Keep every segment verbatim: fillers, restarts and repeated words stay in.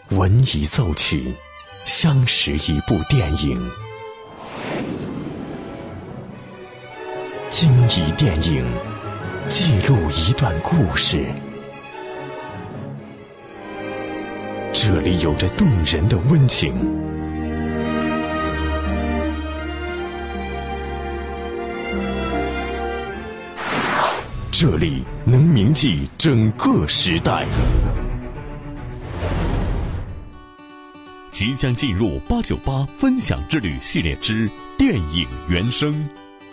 闻一奏曲，相识一部电影。经一电影，记录一段故事。这里有着动人的温情，这里能铭记整个时代。 即将进入八九八分享之旅系列之电影原声。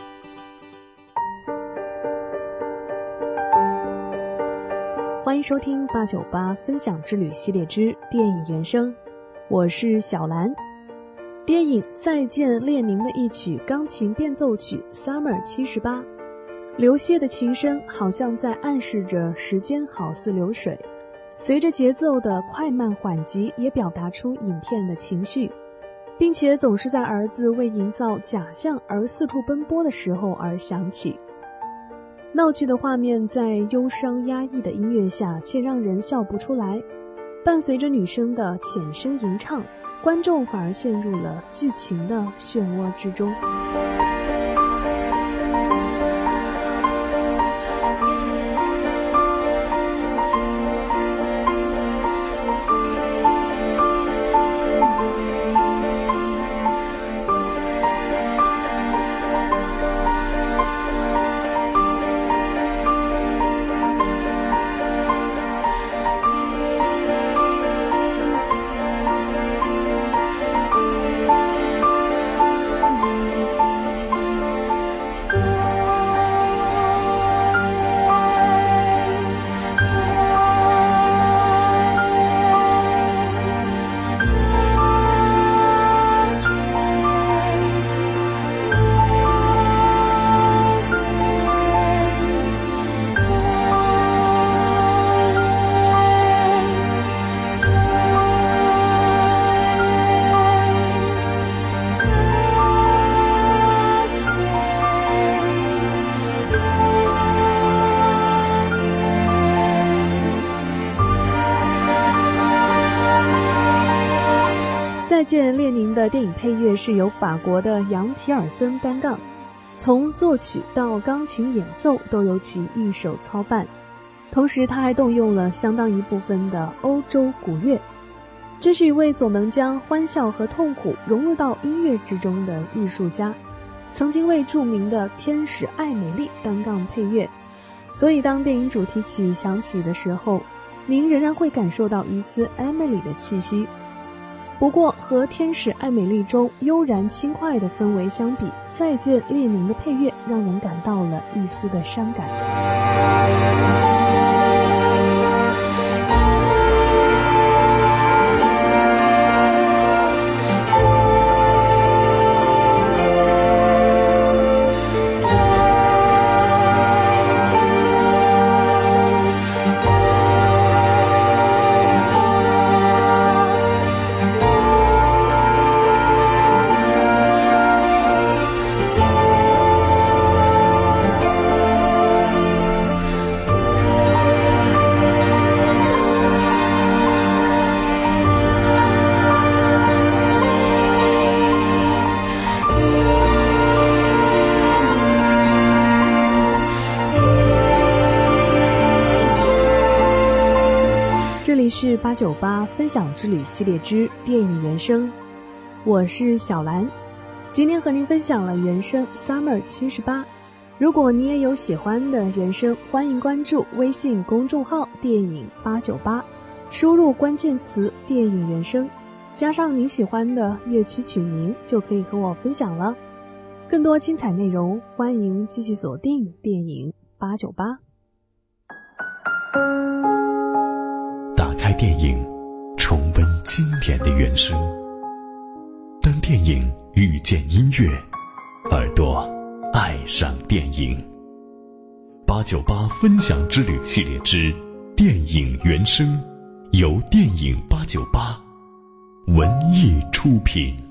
欢迎收听八九八分享之旅系列之电影原声，我是小兰。电影《再见列宁》的一曲钢琴变奏曲 Summer 七十八，流泻的琴声好像在暗示着时间好似流水，随着节奏的快慢缓急也表达出影片的情绪，并且总是在儿子为营造假象而四处奔波的时候而响起。闹剧的画面在忧伤压抑的音乐下却让人笑不出来，伴随着女生的浅声吟唱，观众反而陷入了剧情的漩涡之中。再见列宁的电影配乐是由法国的杨提尔森担当，从作曲到钢琴演奏都由其一手操办，同时他还动用了相当一部分的欧洲古乐。这是一位总能将欢笑和痛苦融入到音乐之中的艺术家，曾经为著名的天使艾美丽担纲配乐，所以当电影主题曲响起的时候，您仍然会感受到一丝艾美丽的气息。不过和天使艾美丽中悠然轻快的氛围相比，再见列宁的配乐让人感到了一丝的伤感。这里是八九八分享之旅系列之电影原声，我是小兰。今天和您分享了原声 Summer 七十八。如果你也有喜欢的原声，欢迎关注微信公众号电影八九八，输入关键词电影原声，加上你喜欢的乐曲曲名，就可以和我分享了。更多精彩内容，欢迎继续锁定电影八九八。 打开电影，重温经典的原声。当电影遇见音乐，耳朵爱上电影。八九八分享之旅系列之电影原声，由电影八九八文艺出品。